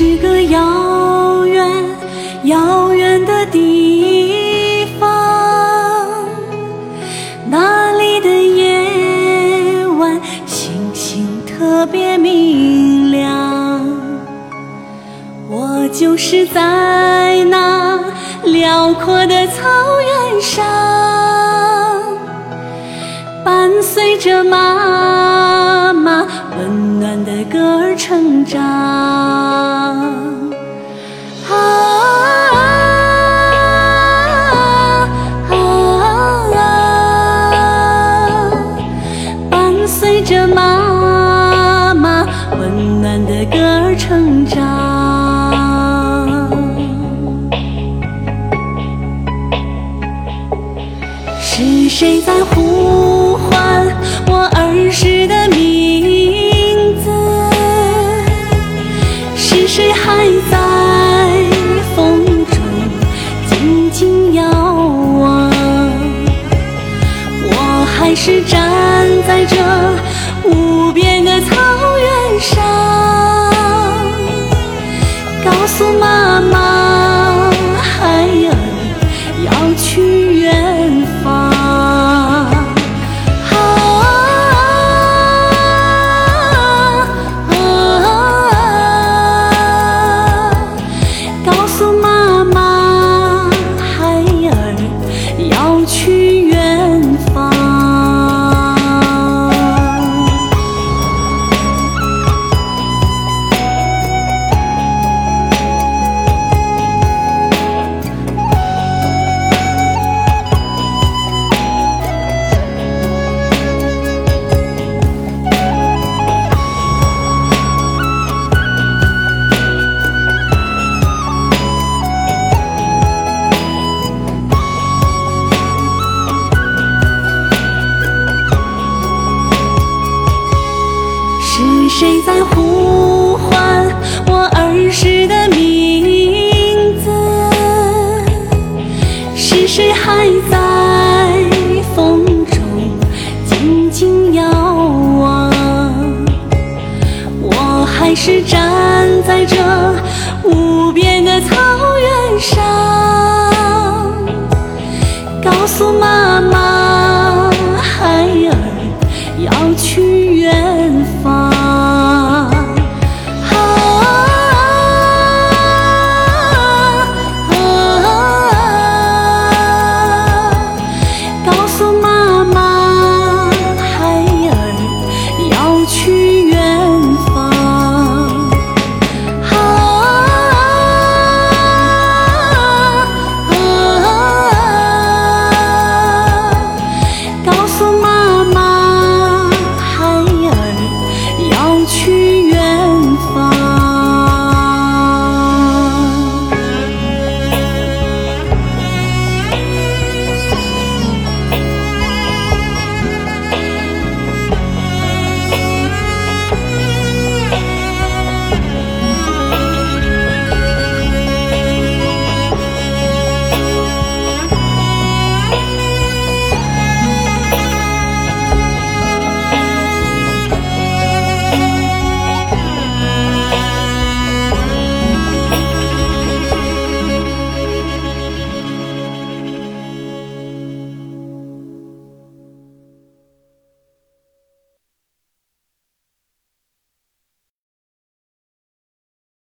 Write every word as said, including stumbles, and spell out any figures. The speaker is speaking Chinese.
是个遥远遥远的地方，那里的夜晚星星特别明亮。我就是在那辽阔的草原上，伴随着妈妈温暖的歌儿成长。啊啊啊啊！伴随着妈妈温暖的歌儿成长。是谁在呼唤我儿时的名字？是谁还在风中静静遥望？我还是站在这无边的草原上，告诉妈妈孩儿要去远方。是谁在呼唤我儿时的名字？是谁还在风中静静遥望？我还是站在这无边的草